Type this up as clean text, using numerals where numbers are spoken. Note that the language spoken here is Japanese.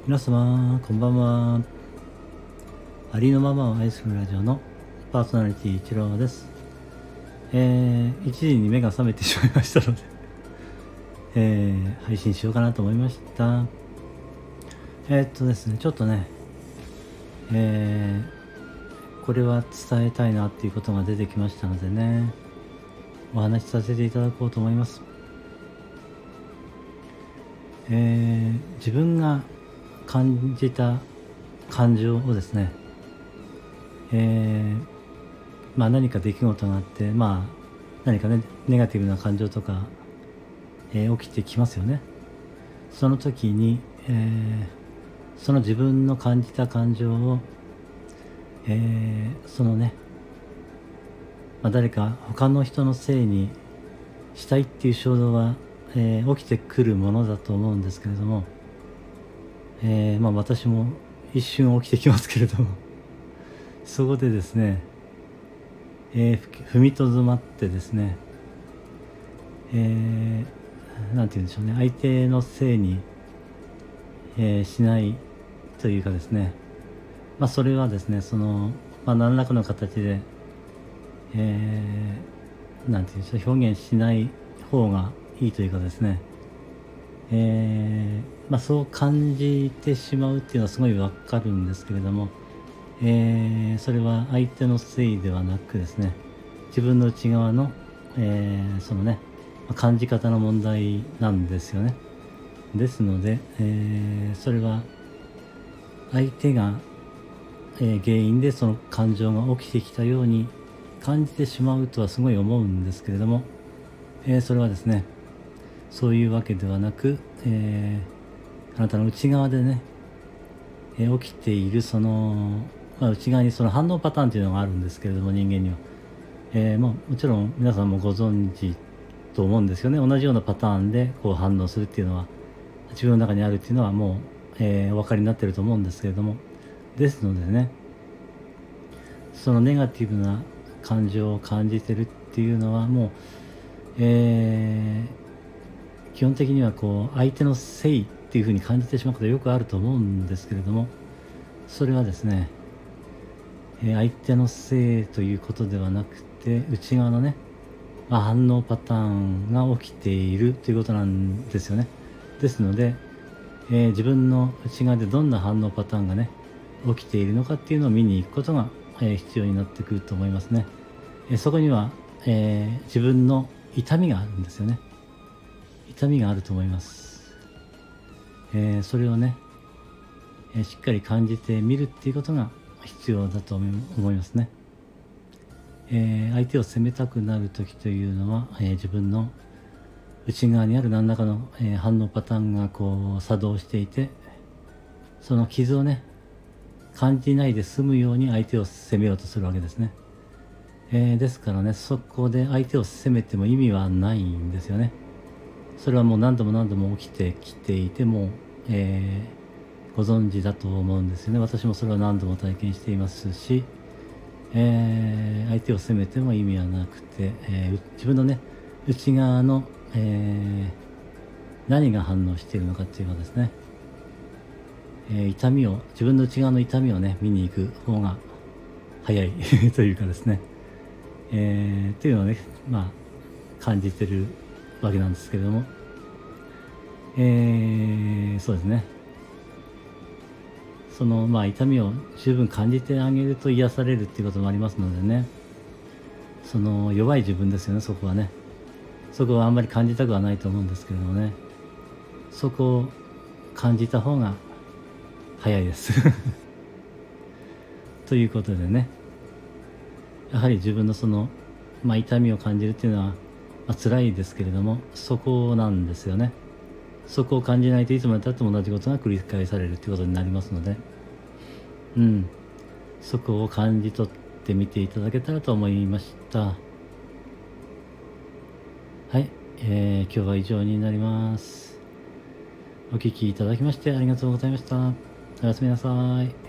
皆様こんばんは。ありのままを愛するラジオのパーソナリティ一郎です。一時に目が覚めてしまいましたので、配信しようかなと思いました。ですね、ちょっとね、これは伝えたいなっていうことが出てきましたのでね、お話しさせていただこうと思います。自分が感じた感情をですね、何か出来事があって、何かね、ネガティブな感情とか、起きてきますよね。その時に、その自分の感じた感情を、そのね、誰か他の人のせいにしたいっていう衝動は、起きてくるものだと思うんですけれども、私も一瞬起きてきますけれどもそこでですね、踏みとどまってですね、なんて言うんでしょうね、相手のせいに、しないというかですね、それはですね、何らかの形で、なんて言うんでしょう、表現しない方がいいというかですね、そう感じてしまうっていうのはすごいわかるんですけれども、それは相手のせいではなくですね、自分の内側の、そのね、感じ方の問題なんですよね。ですので、それは相手が、原因でその感情が起きてきたように感じてしまうとはすごい思うんですけれども、それはですね、そういうわけではなく、あなたの内側でね、起きている内側にその反応パターンというのがあるんですけれども、人間には、もちろん皆さんもご存知と思うんですよね。同じようなパターンでこう反応するっていうのは自分の中にあるっていうのはもう、お分かりになっていると思うんですけれども、ですのでね、そのネガティブな感情を感じてるっていうのはもう、基本的にはこう相手のせいっていうふうに感じてしまうことがよくあると思うんですけれども、それはですね、相手のせいということではなくて、内側のね、反応パターンが起きているということなんですよね。ですので、自分の内側でどんな反応パターンがね起きているのかっていうのを見に行くことが、必要になってくると思いますね。そこには、自分の痛みがあるんですよね。痛みがあると思います。それをね、しっかり感じてみるっていうことが必要だと思いますね。相手を責めたくなる時というのは、自分の内側にある何らかの、反応パターンがこう作動していて、その傷をね感じないで済むように相手を責めようとするわけですね。ですからね、そこで相手を責めても意味はないんですよね。それはもう何度も何度も起きてきていても、ご存知だと思うんですよね。私もそれは何度も体験していますし、相手を責めても意味はなくて、自分のね内側の、何が反応しているのかっていうのはですね、自分の内側の痛みをね見に行く方が早いというかですね、っていうのをね感じてるわけなんですけれども、そうですね、痛みを十分感じてあげると癒されるっていうこともありますのでね、その弱い自分ですよね、そこはね。そこはあんまり感じたくはないと思うんですけれどもね、そこを感じた方が早いですということでね、やはり自分の痛みを感じるっていうのは、辛いですけれども、そこなんですよね。そこを感じないといつまでたっても同じことが繰り返されるっていうことになりますので、そこを感じ取ってみていただけたらと思いました。はい、今日は以上になります。お聞きいただきましてありがとうございました。おやすみなさい。